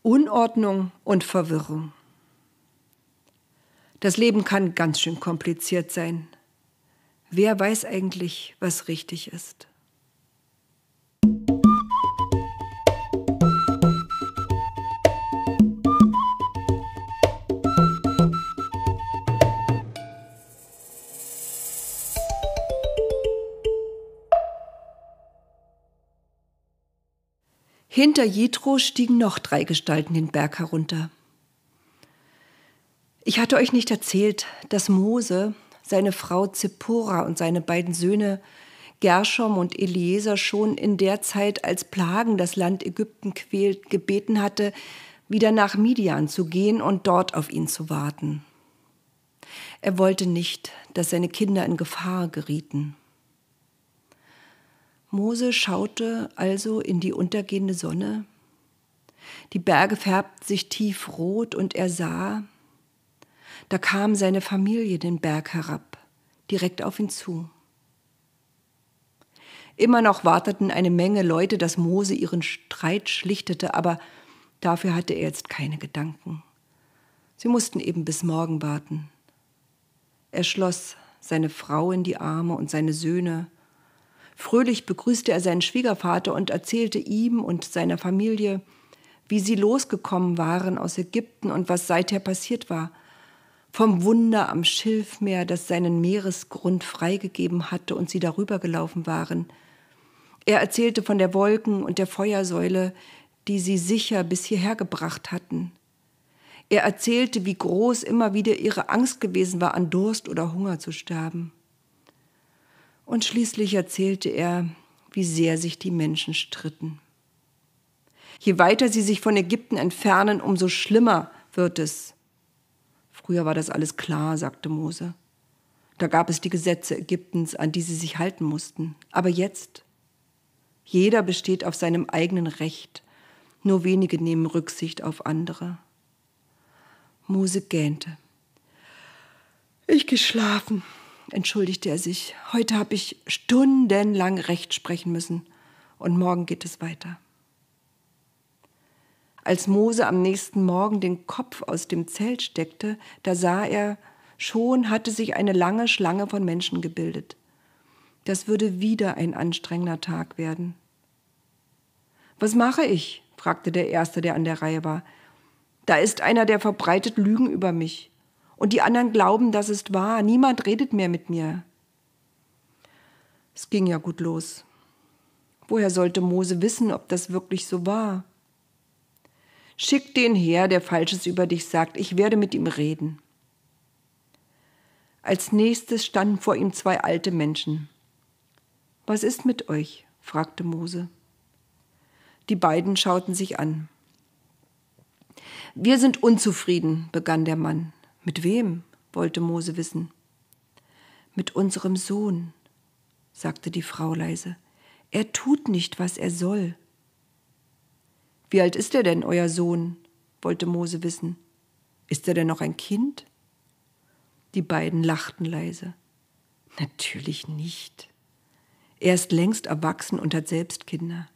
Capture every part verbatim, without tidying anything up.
Unordnung und Verwirrung. Das Leben kann ganz schön kompliziert sein. Wer weiß eigentlich, was richtig ist? Hinter Jethro stiegen noch drei Gestalten den Berg herunter. Ich hatte euch nicht erzählt, dass Mose, seine Frau Zippora und seine beiden Söhne Gershom und Eliezer schon in der Zeit, als Plagen das Land Ägypten quält, gebeten hatte, wieder nach Midian zu gehen und dort auf ihn zu warten. Er wollte nicht, dass seine Kinder in Gefahr gerieten. Mose schaute also in die untergehende Sonne. Die Berge färbten sich tiefrot und er sah, da kam seine Familie den Berg herab, direkt auf ihn zu. Immer noch warteten eine Menge Leute, dass Mose ihren Streit schlichtete, aber dafür hatte er jetzt keine Gedanken. Sie mussten eben bis morgen warten. Er schloss seine Frau in die Arme und seine Söhne. Fröhlich begrüßte er seinen Schwiegervater und erzählte ihm und seiner Familie, wie sie losgekommen waren aus Ägypten und was seither passiert war. Vom Wunder am Schilfmeer, das seinen Meeresgrund freigegeben hatte und sie darüber gelaufen waren. Er erzählte von der Wolken- und der Feuersäule, die sie sicher bis hierher gebracht hatten. Er erzählte, wie groß immer wieder ihre Angst gewesen war, an Durst oder Hunger zu sterben. Und schließlich erzählte er, wie sehr sich die Menschen stritten. Je weiter sie sich von Ägypten entfernen, umso schlimmer wird es. Früher war das alles klar, sagte Mose. Da gab es die Gesetze Ägyptens, an die sie sich halten mussten. Aber jetzt? Jeder besteht auf seinem eigenen Recht. Nur wenige nehmen Rücksicht auf andere. Mose gähnte. Ich geh schlafen, entschuldigte er sich. Heute habe ich stundenlang Recht sprechen müssen und morgen geht es weiter. Als Mose am nächsten Morgen den Kopf aus dem Zelt steckte, da sah er, schon hatte sich eine lange Schlange von Menschen gebildet. Das würde wieder ein anstrengender Tag werden. »Was mache ich?« fragte der Erste, der an der Reihe war. »Da ist einer, der verbreitet Lügen über mich. Und die anderen glauben, das ist wahr. Niemand redet mehr mit mir.« Es ging ja gut los. Woher sollte Mose wissen, ob das wirklich so war? »Schick den her, der Falsches über dich sagt. Ich werde mit ihm reden.« Als nächstes standen vor ihm zwei alte Menschen. »Was ist mit euch?« fragte Mose. Die beiden schauten sich an. »Wir sind unzufrieden«, begann der Mann. »Mit wem?« wollte Mose wissen. »Mit unserem Sohn«, sagte die Frau leise. »Er tut nicht, was er soll.« »Wie alt ist er denn, euer Sohn?« wollte Mose wissen. »Ist er denn noch ein Kind?« Die beiden lachten leise. »Natürlich nicht. Er ist längst erwachsen und hat selbst Kinder.«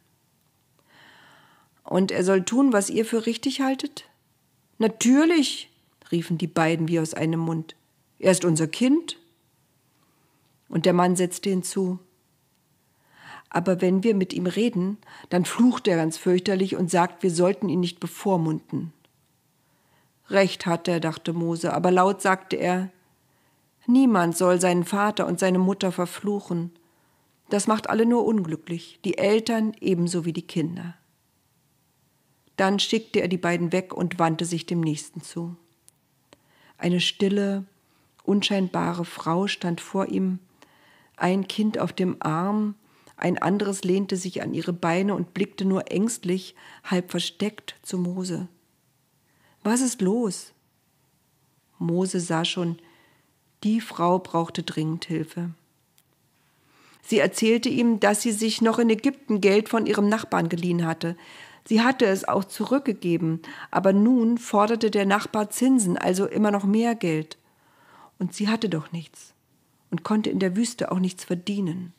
»Und er soll tun, was ihr für richtig haltet?« »Natürlich«, riefen die beiden wie aus einem Mund. »Er ist unser Kind.« Und der Mann setzte hinzu. »Aber wenn wir mit ihm reden, dann flucht er ganz fürchterlich und sagt, wir sollten ihn nicht bevormunden.« Recht hat er, dachte Mose, aber laut sagte er, »Niemand soll seinen Vater und seine Mutter verfluchen. Das macht alle nur unglücklich, die Eltern ebenso wie die Kinder.« Dann schickte er die beiden weg und wandte sich dem Nächsten zu. Eine stille, unscheinbare Frau stand vor ihm, ein Kind auf dem Arm, ein anderes lehnte sich an ihre Beine und blickte nur ängstlich, halb versteckt zu Mose. »Was ist los?« Mose sah schon, die Frau brauchte dringend Hilfe. Sie erzählte ihm, dass sie sich noch in Ägypten Geld von ihrem Nachbarn geliehen hatte. Sie hatte es auch zurückgegeben, aber nun forderte der Nachbar Zinsen, also immer noch mehr Geld. Und sie hatte doch nichts und konnte in der Wüste auch nichts verdienen.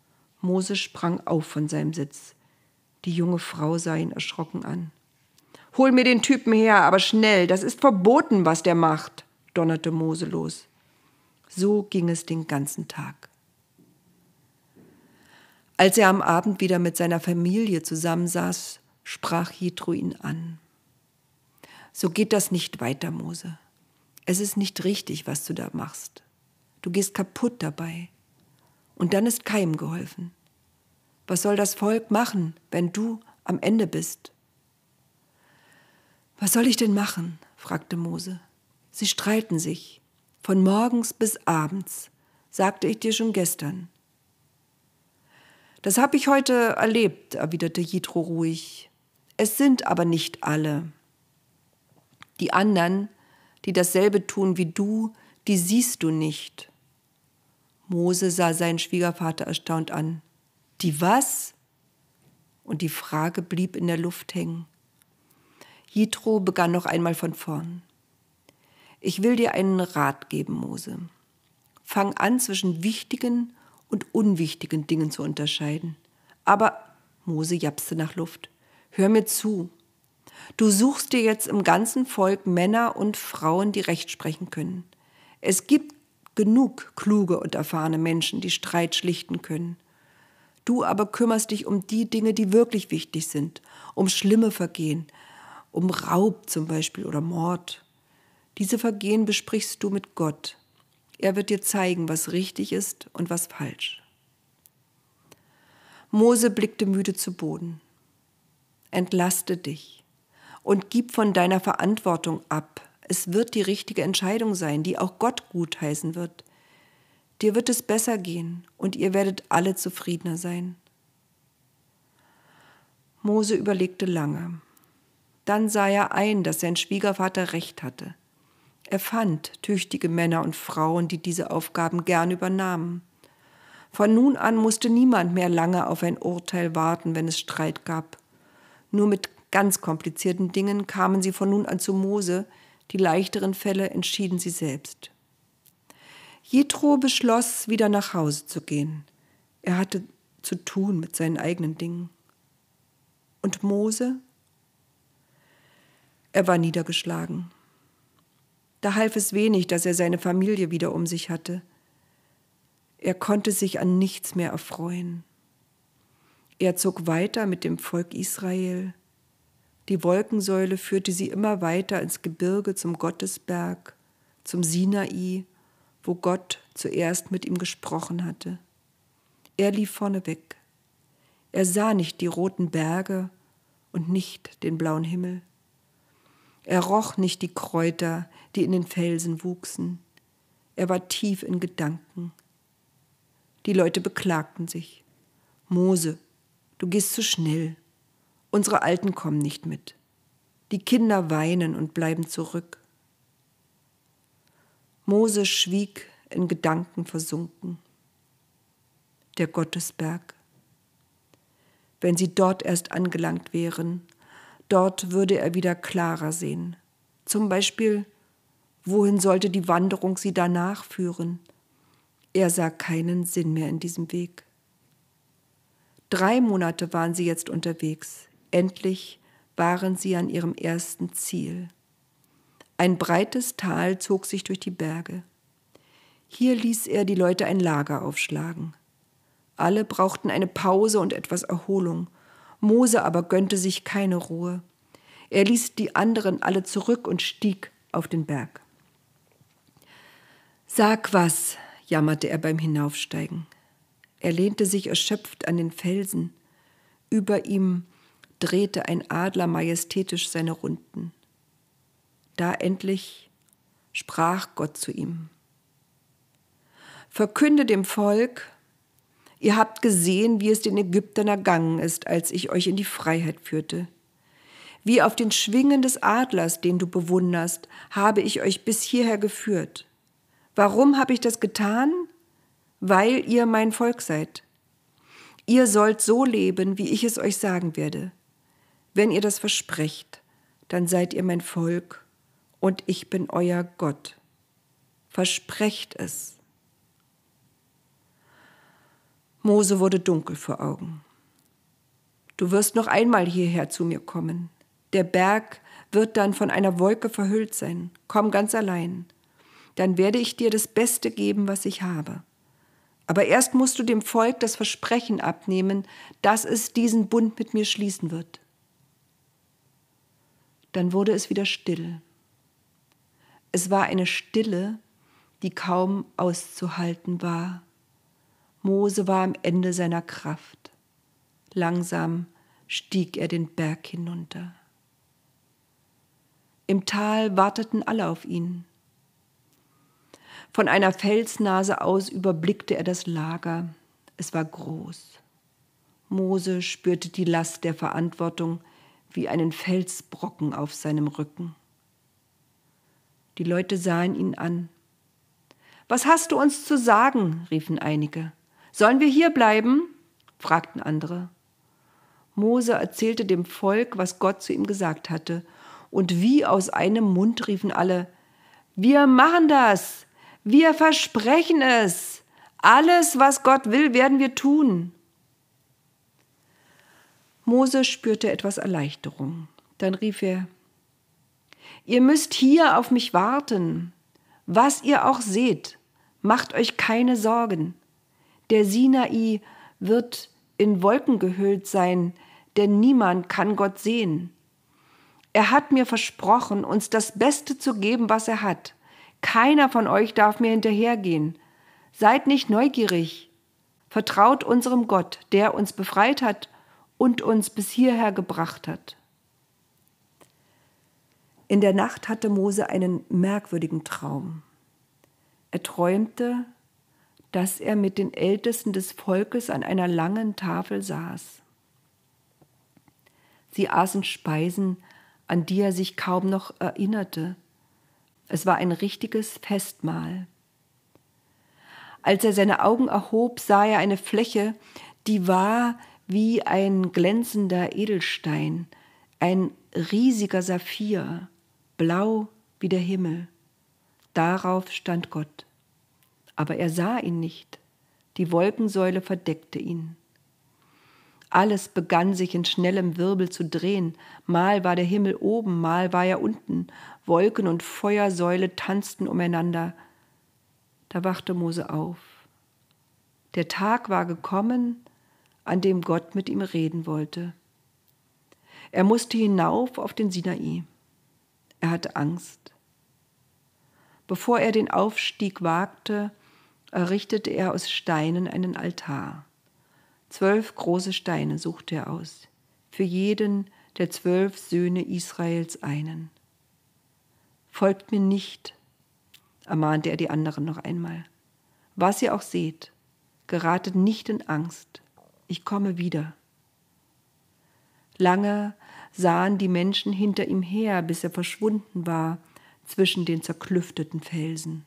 Mose sprang auf von seinem Sitz. Die junge Frau sah ihn erschrocken an. Hol mir den Typen her, aber schnell, das ist verboten, was der macht, donnerte Mose los. So ging es den ganzen Tag. Als er am Abend wieder mit seiner Familie zusammensaß, sprach Jethro ihn an. So geht das nicht weiter, Mose. Es ist nicht richtig, was du da machst. Du gehst kaputt dabei. Und dann ist keinem geholfen. Was soll das Volk machen, wenn du am Ende bist? Was soll ich denn machen? Fragte Mose. Sie streiten sich. Von morgens bis abends, sagte ich dir schon gestern. Das habe ich heute erlebt, erwiderte Jethro ruhig. Es sind aber nicht alle. Die anderen, die dasselbe tun wie du, die siehst du nicht. Mose sah seinen Schwiegervater erstaunt an. Die was? Und die Frage blieb in der Luft hängen. Jethro begann noch einmal von vorn. Ich will dir einen Rat geben, Mose. Fang an, zwischen wichtigen und unwichtigen Dingen zu unterscheiden. Aber, Mose japste nach Luft, hör mir zu. Du suchst dir jetzt im ganzen Volk Männer und Frauen, die Recht sprechen können. Es gibt genug kluge und erfahrene Menschen, die Streit schlichten können. Du aber kümmerst dich um die Dinge, die wirklich wichtig sind, um schlimme Vergehen, um Raub zum Beispiel oder Mord. Diese Vergehen besprichst du mit Gott. Er wird dir zeigen, was richtig ist und was falsch. Mose blickte müde zu Boden. Entlaste dich und gib von deiner Verantwortung ab. Es wird die richtige Entscheidung sein, die auch Gott gutheißen wird. Dir wird es besser gehen und ihr werdet alle zufriedener sein. Mose überlegte lange. Dann sah er ein, dass sein Schwiegervater recht hatte. Er fand tüchtige Männer und Frauen, die diese Aufgaben gern übernahmen. Von nun an musste niemand mehr lange auf ein Urteil warten, wenn es Streit gab. Nur mit ganz komplizierten Dingen kamen sie von nun an zu Mose, die leichteren Fälle entschieden sie selbst. Jethro beschloss, wieder nach Hause zu gehen. Er hatte zu tun mit seinen eigenen Dingen. Und Mose? Er war niedergeschlagen. Da half es wenig, dass er seine Familie wieder um sich hatte. Er konnte sich an nichts mehr erfreuen. Er zog weiter mit dem Volk Israel. Die Wolkensäule führte sie immer weiter ins Gebirge zum Gottesberg, zum Sinai, wo Gott zuerst mit ihm gesprochen hatte. Er lief vorneweg. Er sah nicht die roten Berge und nicht den blauen Himmel. Er roch nicht die Kräuter, die in den Felsen wuchsen. Er war tief in Gedanken. Die Leute beklagten sich. Mose, du gehst zu schnell. Unsere Alten kommen nicht mit. Die Kinder weinen und bleiben zurück. Mose schwieg, in Gedanken versunken. Der Gottesberg. Wenn sie dort erst angelangt wären, dort würde er wieder klarer sehen. Zum Beispiel, wohin sollte die Wanderung sie danach führen? Er sah keinen Sinn mehr in diesem Weg. Drei Monate waren sie jetzt unterwegs. Endlich waren sie an ihrem ersten Ziel. Ein breites Tal zog sich durch die Berge. Hier ließ er die Leute ein Lager aufschlagen. Alle brauchten eine Pause und etwas Erholung. Mose aber gönnte sich keine Ruhe. Er ließ die anderen alle zurück und stieg auf den Berg. »Sag was«, jammerte er beim Hinaufsteigen. Er lehnte sich erschöpft an den Felsen. Über ihm drehte ein Adler majestätisch seine Runden. Da endlich sprach Gott zu ihm. »Verkünde dem Volk, ihr habt gesehen, wie es den Ägyptern ergangen ist, als ich euch in die Freiheit führte. Wie auf den Schwingen des Adlers, den du bewunderst, habe ich euch bis hierher geführt. Warum habe ich das getan? Weil ihr mein Volk seid. Ihr sollt so leben, wie ich es euch sagen werde. Wenn ihr das versprecht, dann seid ihr mein Volk und ich bin euer Gott. Versprecht es.« Mose wurde dunkel vor Augen. »Du wirst noch einmal hierher zu mir kommen. Der Berg wird dann von einer Wolke verhüllt sein. Komm ganz allein. Dann werde ich dir das Beste geben, was ich habe. Aber erst musst du dem Volk das Versprechen abnehmen, dass es diesen Bund mit mir schließen wird. Dann wurde es wieder still. Es war eine Stille, die kaum auszuhalten war. Mose war am Ende seiner Kraft. Langsam stieg er den Berg hinunter. Im Tal warteten alle auf ihn. Von einer Felsnase aus überblickte er das Lager. Es war groß. Mose spürte die Last der Verantwortung wie einen Felsbrocken auf seinem Rücken. Die Leute sahen ihn an. »Was hast du uns zu sagen?« riefen einige. »Sollen wir hier bleiben?« fragten andere. Mose erzählte dem Volk, was Gott zu ihm gesagt hatte. Und wie aus einem Mund riefen alle, »Wir machen das! Wir versprechen es! Alles, was Gott will, werden wir tun!« Mose spürte etwas Erleichterung. Dann rief er, »Ihr müsst hier auf mich warten. Was ihr auch seht, macht euch keine Sorgen. Der Sinai wird in Wolken gehüllt sein, denn niemand kann Gott sehen. Er hat mir versprochen, uns das Beste zu geben, was er hat. Keiner von euch darf mir hinterhergehen. Seid nicht neugierig. Vertraut unserem Gott, der uns befreit hat und uns bis hierher gebracht hat.« In der Nacht hatte Mose einen merkwürdigen Traum. Er träumte, dass er mit den Ältesten des Volkes an einer langen Tafel saß. Sie aßen Speisen, an die er sich kaum noch erinnerte. Es war ein richtiges Festmahl. Als er seine Augen erhob, sah er eine Fläche, die war wie ein glänzender Edelstein, ein riesiger Saphir, blau wie der Himmel. Darauf stand Gott. Aber er sah ihn nicht. Die Wolkensäule verdeckte ihn. Alles begann sich in schnellem Wirbel zu drehen. Mal war der Himmel oben, mal war er unten. Wolken und Feuersäule tanzten umeinander. Da wachte Mose auf. Der Tag war gekommen, an dem Gott mit ihm reden wollte. Er musste hinauf auf den Sinai. Er hatte Angst. Bevor er den Aufstieg wagte, errichtete er aus Steinen einen Altar. Zwölf große Steine suchte er aus, für jeden der zwölf Söhne Israels einen. »Folgt mir nicht«, ermahnte er die anderen noch einmal. »Was ihr auch seht, geratet nicht in Angst, ich komme wieder.« Lange sahen die Menschen hinter ihm her, bis er verschwunden war zwischen den zerklüfteten Felsen.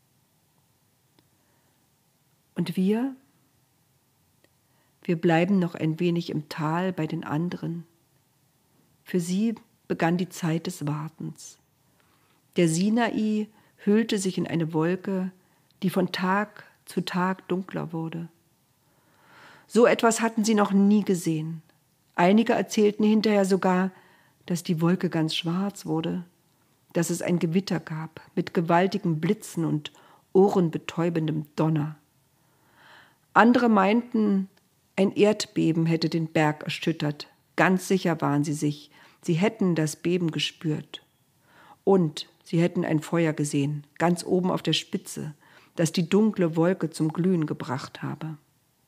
Und wir? Wir bleiben noch ein wenig im Tal bei den anderen. Für sie begann die Zeit des Wartens. Der Sinai hüllte sich in eine Wolke, die von Tag zu Tag dunkler wurde. So etwas hatten sie noch nie gesehen. Einige erzählten hinterher sogar, dass die Wolke ganz schwarz wurde, dass es ein Gewitter gab mit gewaltigen Blitzen und ohrenbetäubendem Donner. Andere meinten, ein Erdbeben hätte den Berg erschüttert. Ganz sicher waren sie sich, sie hätten das Beben gespürt. Und sie hätten ein Feuer gesehen, ganz oben auf der Spitze, das die dunkle Wolke zum Glühen gebracht habe.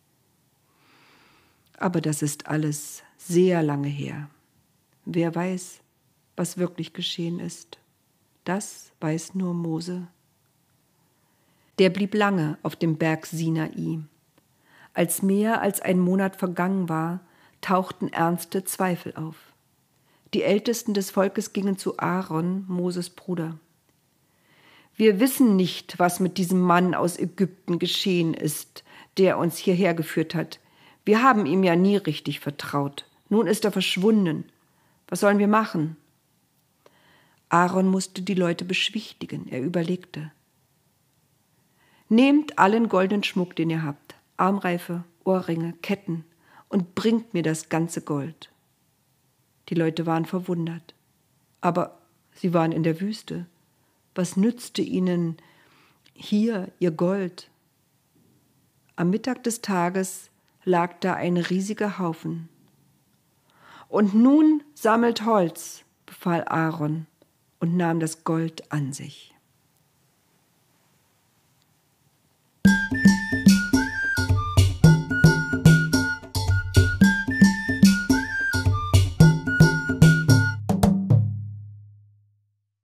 Aber das ist alles sehr lange her. Wer weiß, was wirklich geschehen ist? Das weiß nur Mose. Der blieb lange auf dem Berg Sinai. Als mehr als ein Monat vergangen war, tauchten ernste Zweifel auf. Die Ältesten des Volkes gingen zu Aaron, Moses Bruder. »Wir wissen nicht, was mit diesem Mann aus Ägypten geschehen ist, der uns hierher geführt hat. Wir haben ihm ja nie richtig vertraut. Nun ist er verschwunden. Was sollen wir machen?« Aaron musste die Leute beschwichtigen. Er überlegte. »Nehmt allen goldenen Schmuck, den ihr habt, Armreife, Ohrringe, Ketten, und bringt mir das ganze Gold.« Die Leute waren verwundert. Aber sie waren in der Wüste. Was nützte ihnen hier ihr Gold? Am Mittag des Tages lag da ein riesiger Haufen. Und nun sammelt Holz, befahl Aaron und nahm das Gold an sich.